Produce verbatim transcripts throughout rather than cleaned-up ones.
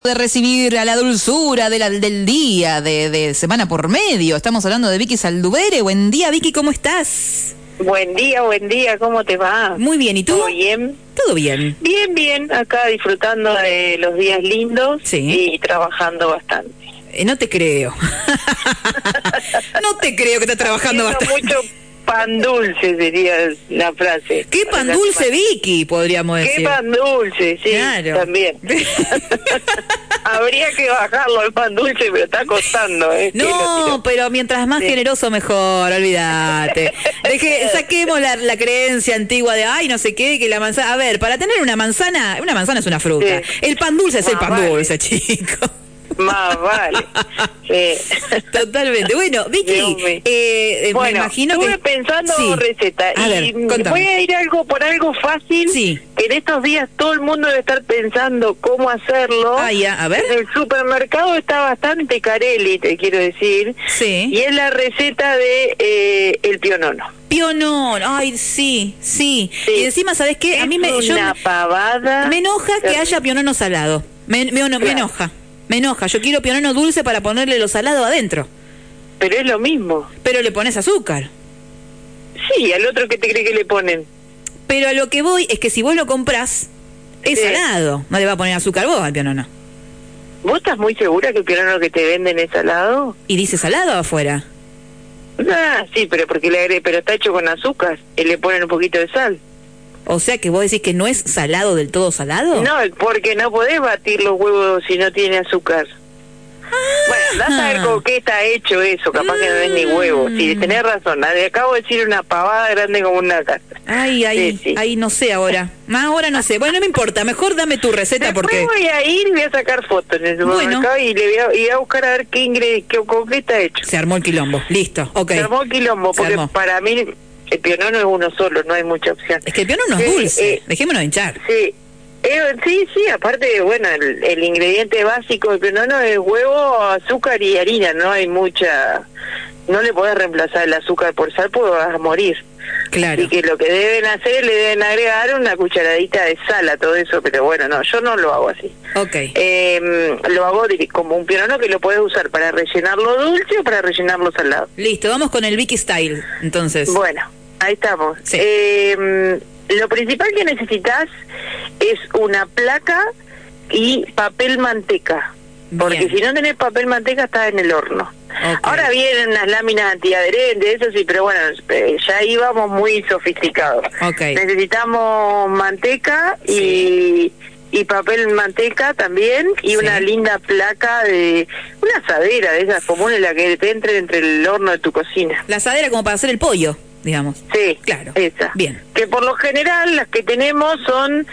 De recibir a la dulzura de la, del día, de, de semana por medio. Estamos hablando de Vicky Saldubere. Buen día, Vicky, ¿cómo estás? Buen día, buen día, ¿cómo te va? Muy bien, ¿y tú? ¿Todo bien? Todo bien. Bien, bien, acá disfrutando de los días lindos sí. y trabajando bastante. Eh, no te creo. No te creo que estás trabajando Haciendo bastante. mucho pan dulce sería la frase. ¿Qué pan dulce, Vicky? Podríamos decir. ¿Qué pan dulce? Sí, claro. También. Habría que bajarlo el pan dulce, pero está costando. ¿eh? No, pero mientras más sí. generoso mejor, olvídate. Deje, saquemos la, la creencia antigua de, ay, no sé qué, que la manzana... A ver, para tener una manzana, una manzana es una fruta. Sí. El pan dulce es más el pan vale. dulce, chico. Más vale. Sí. Totalmente. Bueno, Vicky, eh, bueno, me imagino estuve que... pensando sí. receta a y ver, voy a ir algo por algo fácil. Sí. Que en estos días todo el mundo debe estar pensando cómo hacerlo. Ah, ya, a ver. En el supermercado está bastante carelli, te quiero decir. Sí. Y es la receta de eh, el pionono. Pionono, ay, sí, sí, sí. Y encima, ¿sabes qué? Es a mí me... una yo, pavada. Me enoja que haya pionono salado. Me, me, me, claro. me enoja. Me enoja, yo quiero pionono dulce para ponerle lo salado adentro. Pero es lo mismo. Pero le pones azúcar. Sí, al otro que te cree que le ponen. Pero a lo que voy es que si vos lo comprás, es sí. salado. No le va a poner azúcar vos al pionono. ¿Vos estás muy segura que el pionono que te venden es salado? ¿Y dice salado afuera? Ah, sí, pero porque le agregué, pero está hecho con azúcar y le ponen un poquito de sal. O sea que vos decís que no es salado del todo salado. No, porque no podés batir los huevos si no tiene azúcar. Ah. Bueno, andás a ver con qué está hecho eso, capaz mm. que no es ni huevo. Sí, tenés razón, le acabo de decir una pavada grande como una casa. Ay, ay, sí, sí. ay, no sé ahora. Más ahora no sé. Bueno, no me importa, mejor dame tu receta. Después porque... voy a ir y voy a sacar fotos en el supermercado bueno. y le voy a, y voy a buscar a ver qué ingredientes, con qué está hecho. Se armó el quilombo, listo, ok. Se armó el quilombo, porque para mí... El pionono es uno solo, no hay mucha opción. Es que el pionono sí, es dulce, eh, dejémonos hinchar. Sí, eh, sí, sí, aparte, bueno, el, el ingrediente básico del pionono es huevo, azúcar y harina, no hay mucha... No le podés reemplazar el azúcar por sal porque vas a morir. Claro. Y que lo que deben hacer, le deben agregar una cucharadita de sal a todo eso, pero bueno, no, yo no lo hago así. Ok. Eh, lo hago como un pionono que lo puedes usar para rellenarlo dulce o para rellenarlo salado. Listo, vamos con el Vicky Style, entonces. Bueno. Ahí estamos. Sí. Eh, lo principal que necesitas es una placa y papel manteca. Porque bien. Si no tenés papel manteca, está en el horno. Okay. Ahora vienen unas láminas antiadherentes, eso sí, pero bueno, eh, ya íbamos muy sofisticados. Okay. Necesitamos manteca y... Sí. y papel manteca también, y sí. una linda placa de... una asadera de esas comunes, la que te entre entre el horno de tu cocina. La asadera como para hacer el pollo, digamos. Sí, claro. Esa. Bien. Que por lo general las que tenemos son,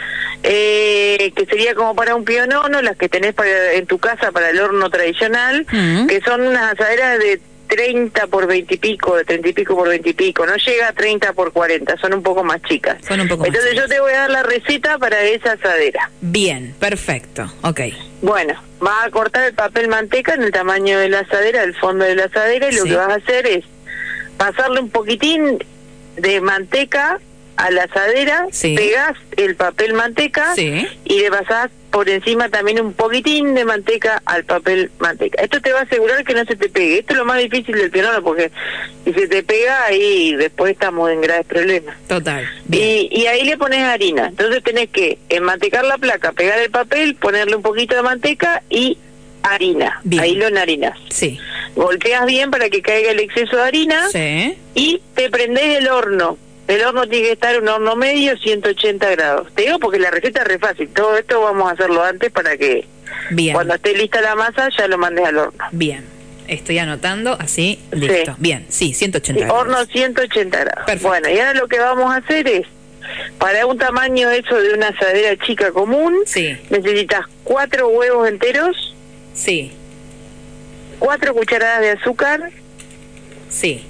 eh, que sería como para un pionono, las que tenés para, en tu casa para el horno tradicional, uh-huh. que son unas asaderas de treinta por veinte y pico, de treinta y pico por veinte y pico, no llega a treinta por cuarenta, son un poco más chicas. Son un poco más Entonces chicas. Yo te voy a dar la receta para esa asadera. Bien, perfecto, ok. Bueno, vas a cortar el papel manteca en el tamaño de la asadera, el fondo de la asadera, y lo sí. que vas a hacer es pasarle un poquitín de manteca a la asadera, sí. pegás el papel manteca sí. y le pasás por encima también un poquitín de manteca al papel manteca. Esto te va a asegurar que no se te pegue. Esto es lo más difícil del pionono, porque si se te pega, ahí después estamos en graves problemas. Total. Y, y ahí le pones harina. Entonces tenés que enmantecar la placa, pegar el papel, ponerle un poquito de manteca y harina. Bien. Ahí lo enharinas. Sí. Golpeas bien para que caiga el exceso de harina sí. y te prendés el horno. El horno tiene que estar en un horno medio, ciento ochenta grados. Te digo porque la receta es re fácil. Todo esto vamos a hacerlo antes para que bien. Cuando esté lista la masa ya lo mandes al horno. Bien. Estoy anotando así, listo. Sí. Bien, sí, ciento ochenta sí, grados. Horno ciento ochenta grados. Perfecto. Bueno, y ahora lo que vamos a hacer es, para un tamaño eso de una asadera chica común, sí. necesitas cuatro huevos enteros. Sí. Cuatro cucharadas de azúcar. Sí.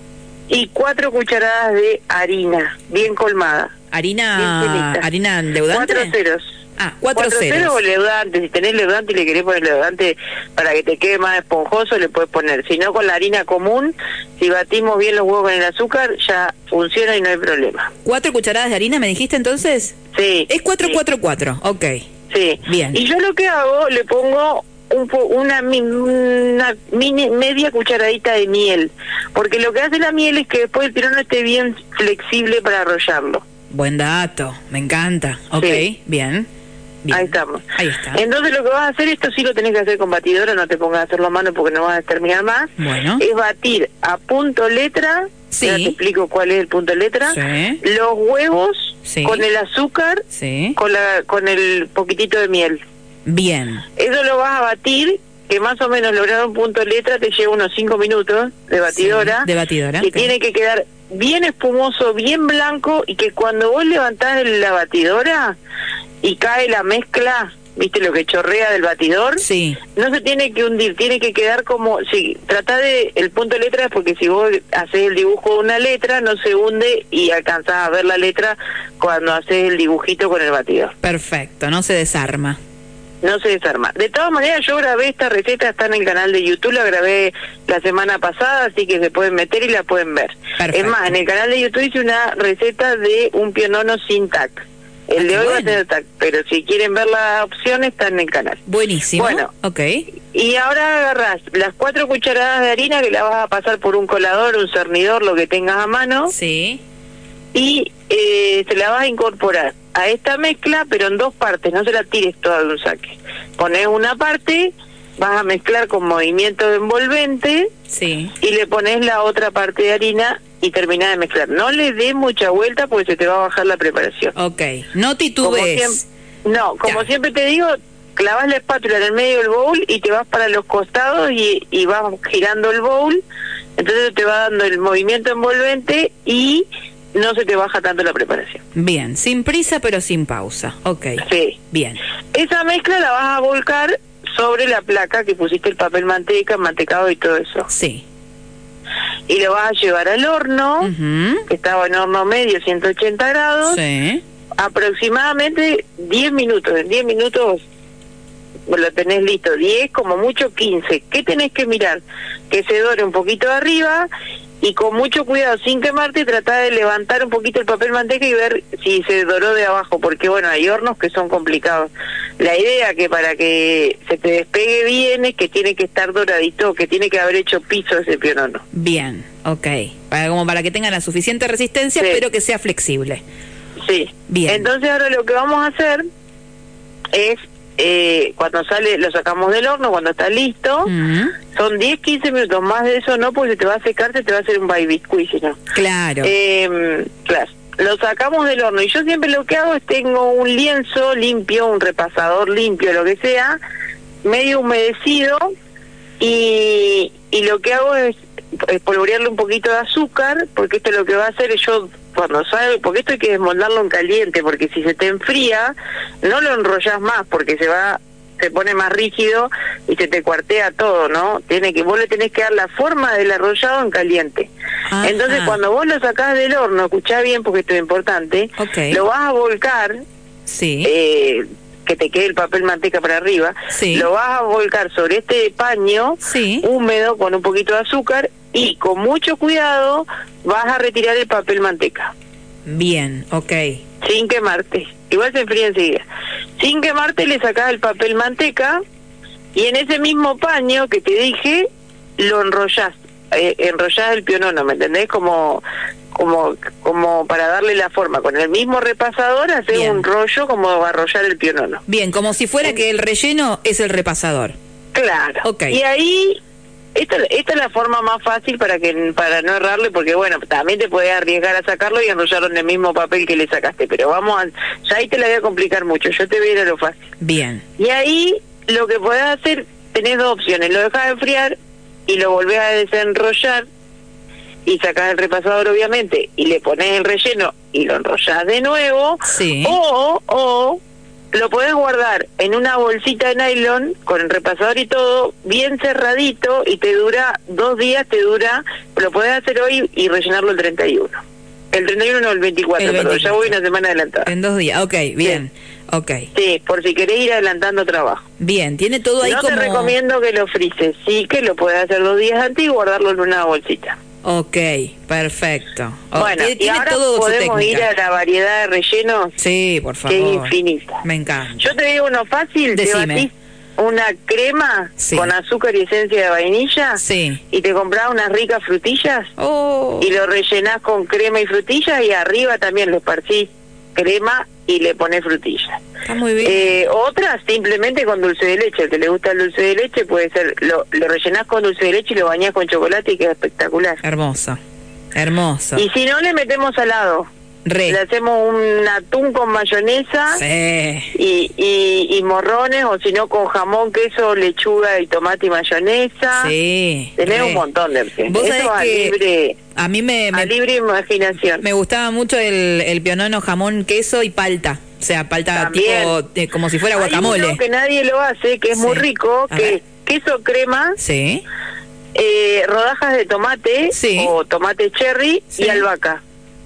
Y cuatro cucharadas de harina, bien colmada. ¿Harina harina leudante? Cuatro ceros. Ah, cuatro, cuatro ceros. ceros o leudante. Si tenés leudante y le querés poner leudante para que te quede más esponjoso, le puedes poner. Si no, con la harina común, si batimos bien los huevos con el azúcar, ya funciona y no hay problema. ¿Cuatro cucharadas de harina me dijiste entonces? Sí. Es cuatro, sí. cuatro, cuatro, ok. Sí. Bien. Y yo lo que hago, le pongo un po, una, una mini, media cucharadita de miel, porque lo que hace la miel es que después el pirono esté bien flexible para arrollarlo. Buen dato, me encanta. Ok, sí. bien. Bien. Ahí estamos. Ahí está. Entonces lo que vas a hacer, esto sí lo tenés que hacer con batidora, no te pongas a hacerlo a mano porque no vas a terminar más. Bueno. Es batir a punto letra, sí. ya te explico cuál es el punto letra, sí. los huevos sí. con el azúcar, sí. con la con el poquitito de miel. Bien. Eso lo vas a batir, que más o menos lograr un punto letra te lleva unos cinco minutos de batidora. Sí, de batidora. Que okay. tiene que quedar bien espumoso, bien blanco, y que cuando vos levantás la batidora y cae la mezcla, ¿viste lo que chorrea del batidor? Sí. No se tiene que hundir, tiene que quedar como, sí, trata de, el punto de letra, porque si vos haces el dibujo de una letra, no se hunde y alcanzás a ver la letra cuando haces el dibujito con el batidor. Perfecto, no se desarma. No se desarma. De todas maneras, yo grabé esta receta, está en el canal de YouTube, la grabé la semana pasada, así que se pueden meter y la pueden ver. Perfecto. Es más, en el canal de YouTube hice una receta de un pionono sin tac. El de hoy va a tener tac, pero si quieren ver la opción está en el canal. Buenísimo. Bueno, ok. Y ahora agarrás las cuatro cucharadas de harina que la vas a pasar por un colador, un cernidor, lo que tengas a mano. Sí. Y eh, se la vas a incorporar a esta mezcla, pero en dos partes, no se la tires toda de un saque. Pones una parte, vas a mezclar con movimiento envolvente, sí. y le pones la otra parte de harina y terminás de mezclar. No le des mucha vuelta porque se te va a bajar la preparación. Ok, no titubees. No, como ya. siempre te digo, clavas la espátula en el medio del bowl y te vas para los costados y, y vas girando el bowl, entonces te va dando el movimiento envolvente y no se te baja tanto la preparación. Bien, sin prisa pero sin pausa. Ok. Sí. Bien. Esa mezcla la vas a volcar sobre la placa que pusiste el papel manteca, mantecado y todo eso. Sí. Y lo vas a llevar al horno, uh-huh. que estaba en horno medio, ciento ochenta grados. Sí. Aproximadamente diez minutos. En diez minutos lo tenés listo. diez, como mucho quince. ¿Qué tenés que mirar? Que se dore un poquito de arriba y con mucho cuidado, sin quemarte, tratar de levantar un poquito el papel manteca y ver si se doró de abajo, porque bueno, hay hornos que son complicados. La idea que para que se te despegue bien es que tiene que estar doradito, que tiene que haber hecho piso ese pionono. Bien, ok. Para, como para que tenga la suficiente resistencia, sí. pero que sea flexible. Sí. Bien. Entonces ahora lo que vamos a hacer es, eh, cuando sale, lo sacamos del horno, cuando está listo, uh-huh. son diez, quince minutos, más de eso no, porque se te va a secar, se te va a hacer un baby squeeze, si no. Claro. Eh, claro. Lo sacamos del horno y yo siempre lo que hago es tengo un lienzo limpio, un repasador limpio, lo que sea, medio humedecido, y, y lo que hago es, es polvorearle un poquito de azúcar, porque esto lo que va a hacer es yo, cuando sale, porque esto hay que desmoldarlo en caliente, porque si se te enfría, no lo enrollas más, porque se va, se pone más rígido y se te cuartea todo, ¿no? Tiene que, vos le tenés que dar la forma del arrollado en caliente. Ajá. Entonces cuando vos lo sacás del horno, escuchá bien porque esto es importante, okay. lo vas a volcar, sí. eh, que te quede el papel manteca para arriba, sí. lo vas a volcar sobre este paño sí. húmedo con un poquito de azúcar y con mucho cuidado vas a retirar el papel manteca. Bien, ok. Sin quemarte, igual se enfría enseguida. Sin quemarte le sacás el papel manteca y en ese mismo paño que te dije lo enrollás, eh, enrollás el pionono, ¿me entendés? Como como como para darle la forma, con el mismo repasador haces un rollo como arrollar el pionono. Bien, como si fuera que el relleno es el repasador. Claro. Okay. Y ahí esta, esta es la forma más fácil para que para no errarle, porque bueno, también te puedes arriesgar a sacarlo y enrollarlo en el mismo papel que le sacaste, pero vamos a, ya ahí te la voy a complicar mucho, yo te voy a ir a lo fácil. Bien. Y ahí lo que podés hacer, tenés dos opciones, lo dejás enfriar y lo volvés a desenrollar y sacás el repasador obviamente y le pones el relleno y lo enrollás de nuevo, sí. o o lo podés guardar en una bolsita de nylon con el repasador y todo bien cerradito y te dura dos días, te dura, lo podés hacer hoy y rellenarlo el treinta y uno. El treinta y uno no, el veinticuatro, el veinticuatro. Perdón, ya voy una semana adelantada. En dos días, ok, bien, sí. ok. Sí, por si querés ir adelantando trabajo. Bien, tiene todo ahí no como... No te recomiendo que lo frises, sí que lo podés hacer dos días antes y guardarlo en una bolsita. Ok, perfecto. Oh, Bueno, tiene, y ahora todo podemos ir a la variedad de rellenos. Sí, por favor. Que es infinita. Me encanta. Yo te digo uno fácil, Decime. te batís una crema sí. con azúcar y esencia de vainilla sí. y te comprás unas ricas frutillas oh. y lo rellenás con crema y frutillas y arriba también le esparcís crema y le pones frutillas. Está muy bien. Eh, otras simplemente con dulce de leche. El que le gusta el dulce de leche puede ser, lo, lo rellenás con dulce de leche y lo bañás con chocolate y queda espectacular. Hermoso, hermoso. Y si no, le metemos salado. Re. Le hacemos un atún con mayonesa sí. y, y, y morrones, o si no con jamón, queso, lechuga y tomate y mayonesa. Sí. Tenés re. un montón de opciones. ¿Vos Eso sabés a que libre, a mí me, a me, libre imaginación. Me gustaba mucho el, el pionono, jamón, queso y palta. O sea, palta También. tipo, eh, como si fuera guacamole. Hay uno que nadie lo hace, que es sí. muy rico, a que ver. es queso crema, sí. eh, rodajas de tomate sí. o tomate cherry sí. y albahaca.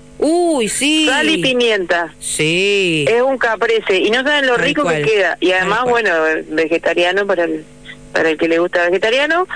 Uy, sí. Sal y pimienta. Sí. Es un caprese. Y no saben lo Tal rico cual. que queda. Y además, bueno, vegetariano para el, para el que le gusta vegetariano.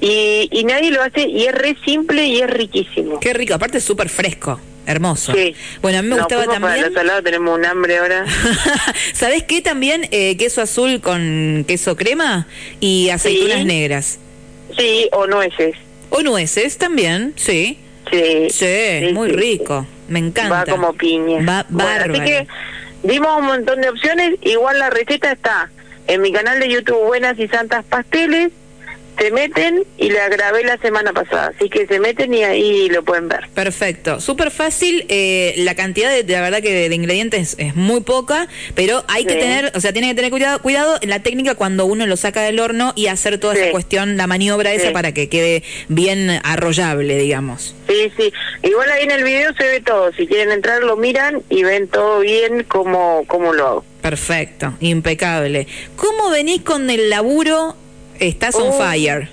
Y, y nadie lo hace y es re simple y es riquísimo. Qué rico. Aparte es súper fresco. Hermoso. Sí. Bueno, a mí me Nos gustaba fuimos también. Para los salados tenemos un hambre ahora. ¿Sabés qué? También eh, queso azul con queso crema y aceitunas sí. negras. Sí, o nueces. O nueces también, sí. Sí. Sí, sí muy sí, rico. sí. Me encanta. Va como piña. Va bueno, bárbaro. así que dimos un montón de opciones. Igual la receta está en mi canal de YouTube, Buenas y Santas Pasteles. Se meten y la grabé la semana pasada, así que se meten y ahí lo pueden ver. Perfecto, súper fácil, eh, la cantidad de, de la verdad que de, de ingredientes es muy poca, pero hay sí. que tener, o sea, tiene que tener cuidado, cuidado en la técnica cuando uno lo saca del horno y hacer toda sí. esa cuestión, la maniobra esa sí. para que quede bien arrollable, digamos. Sí, sí, igual ahí en el video se ve todo, si quieren entrar lo miran y ven todo bien cómo, cómo lo hago. Perfecto, impecable. ¿Cómo venís con el laburo? Estás on uh, fire.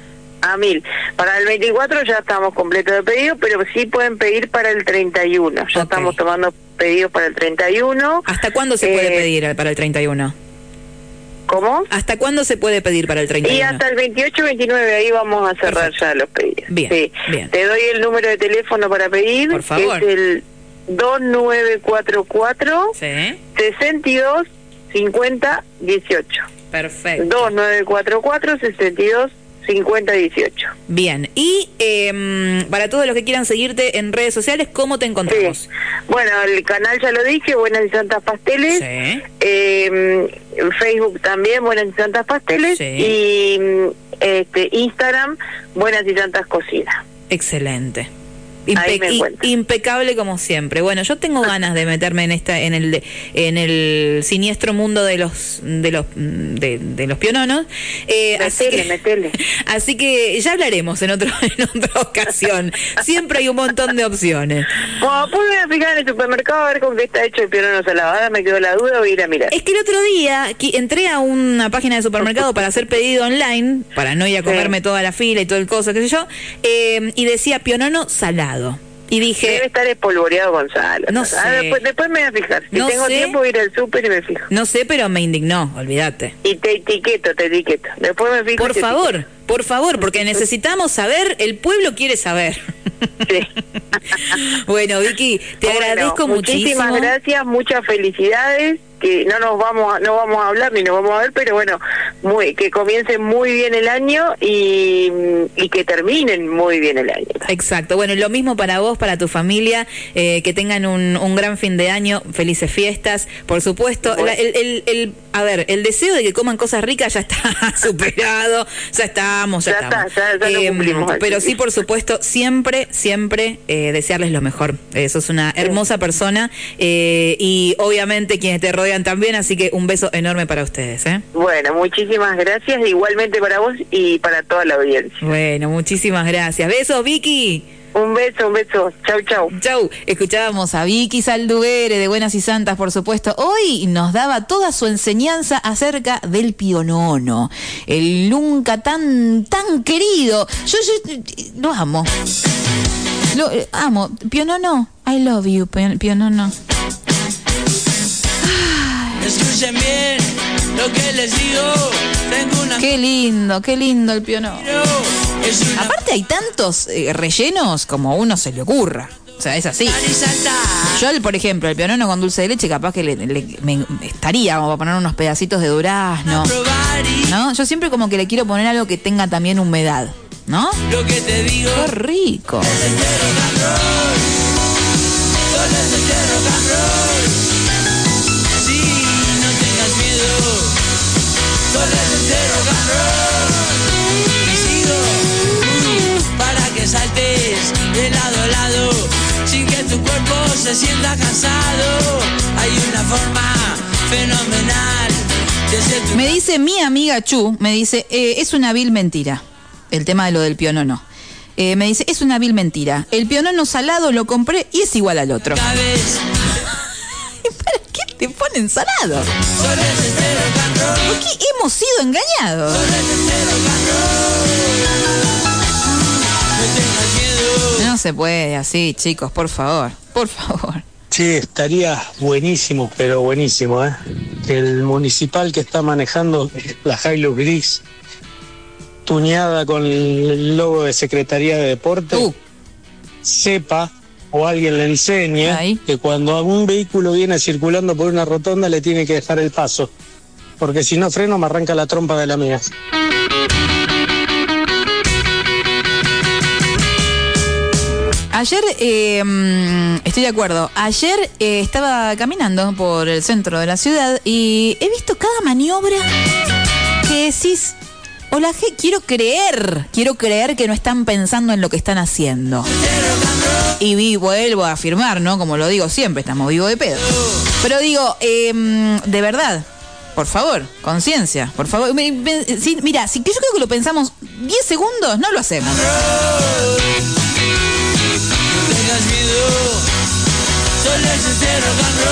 A mil. Para el veinticuatro ya estamos completos de pedidos, pero sí pueden pedir para el treinta y uno. Ya okay. estamos tomando pedidos para el treinta y uno. ¿Hasta cuándo se eh, puede pedir para el treinta y uno? ¿Cómo? ¿Hasta cuándo se puede pedir para el treinta y uno? Y hasta el veintiocho veintinueve, ahí vamos a cerrar Perfecto. ya los pedidos. Bien, sí. bien. Te doy el número de teléfono para pedir. Por favor. Es el dos nueve cuatro cuatro, sí. sesenta y dos, cincuenta, dieciocho. Perfecto. dos nueve cuatro cuatro, sesenta y dos, cincuenta, dieciocho. Bien, y eh, para todos los que quieran seguirte en redes sociales, ¿cómo te encontramos? Sí. Bueno, el canal ya lo dije, Buenas y Santas Pasteles. Sí. Eh, Facebook también, Buenas y Santas Pasteles. Sí. Y este, Instagram, Buenas y Santas Cocina. Excelente. Impe impecable como siempre. Bueno, yo tengo ganas de meterme en esta, en el, en el siniestro mundo de los, de los, de, de los piononos. Eh, metele, así que, metele. Así que ya hablaremos en otro, en otra ocasión. Siempre hay un montón de opciones. Bueno, pues me voy a fijar en el supermercado a ver con qué está hecho el pionono salado. Ahora me quedó la duda, voy a ir a mirar. Es que el otro día entré a una página de supermercado para hacer pedido online, para no ir a comerme sí. toda la fila y todo el coso, qué sé yo, eh, y decía pionono salado. Y dije... Debe estar espolvoreado con sal. No ah, sé. Después, después me voy a fijar. Si no tengo sé. tiempo voy a ir al súper y me fijo. No sé, pero me indignó, olvídate. Y te etiqueto, te etiqueto. Después me fijo. Por favor, etiqueto. por favor, porque necesitamos saber, el pueblo quiere saber. Sí. Bueno, Vicky, te bueno, agradezco muchísimas muchísimo. Muchísimas gracias, muchas felicidades. Que no nos vamos a, no vamos a hablar ni nos vamos a ver, pero bueno, muy, que comience muy bien el año y, y que terminen muy bien el año. Exacto, bueno, lo mismo para vos, para tu familia, eh, que tengan un, un gran fin de año, felices fiestas, por supuesto. Bueno. La, el, el, el, a ver, el deseo de que coman cosas ricas ya está superado, ya estamos, ya, ya estamos. Está, ya, ya eh, lo cumplimos, pero sí, por supuesto, siempre, siempre eh, desearles lo mejor. Eh, sos una hermosa sí. persona eh, y obviamente quienes te rodean también, así que un beso enorme para ustedes, ¿eh? Bueno, muchísimas gracias, igualmente para vos y para toda la audiencia. Bueno, muchísimas gracias. Besos, Vicky. Un beso, un beso. Chau, chau. Chau. Escuchábamos a Vicky Salduere de Buenas y Santas, por supuesto. Hoy nos daba toda su enseñanza acerca del pionono, el nunca tan, tan querido. Yo, yo lo amo. Lo eh, amo. Pionono, I love you, pionono. Escuchen bien lo que les digo. Tengo una... Qué lindo, qué lindo el pionono. Aparte hay tantos eh, rellenos como uno se le ocurra. O sea, es así. Yo, por ejemplo, el pionono con dulce de leche, capaz que le, le, me estaría como para poner unos pedacitos de durazno, ¿no? Yo siempre como que le quiero poner algo que tenga también humedad, ¿no? Lo que te digo. ¡Qué rico! Es el rock and roll. Solo es el rock and roll. Sí, no tengas miedo. Solo es el rock and roll. Y sigo uh, para que saltes de lado a lado sin que tu cuerpo se sienta cansado. Hay una forma fenomenal de ser tu... Me dice mi amiga Chu, me dice, eh, es una vil mentira. El tema de lo del pionono. Eh, me dice, es una vil mentira. El pionono salado lo compré y es igual al otro. ¿Para qué te ponen salado? ¿Por qué hemos sido engañados? No se puede así, chicos, por favor, por favor. Sí, estaría buenísimo, pero buenísimo, ¿eh? El municipal que está manejando la Hilux gris, tuñada con el logo de Secretaría de Deporte, uh. sepa o alguien le enseñe Ahí. que cuando algún vehículo viene circulando por una rotonda le tiene que dejar el paso, porque si no freno me arranca la trompa de la mía. Ayer, eh, estoy de acuerdo, ayer eh, estaba caminando por el centro de la ciudad y he visto cada maniobra que decís, hola, quiero creer, quiero creer que no están pensando en lo que están haciendo. Y vi, vuelvo a afirmar, ¿no? Como lo digo siempre, estamos vivos de pedo. Pero digo, eh, de verdad, por favor, conciencia, por favor. Me, me, si, mira, si yo creo que lo pensamos diez segundos, no lo hacemos. Tengas miedo, solo es este rock and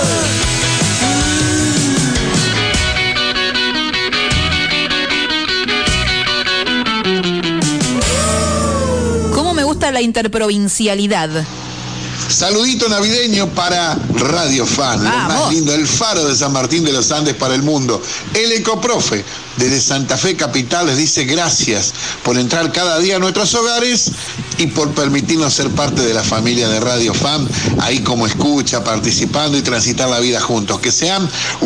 roll. ¿Cómo me gusta la interprovincialidad? Saludito navideño para Radio Fan, lo más lindo, el faro de San Martín de los Andes para el mundo. El Ecoprofe, desde Santa Fe Capital, les dice gracias por entrar cada día a nuestros hogares y por permitirnos ser parte de la familia de Radio Fan, ahí como escucha, participando y transitar la vida juntos. Que sean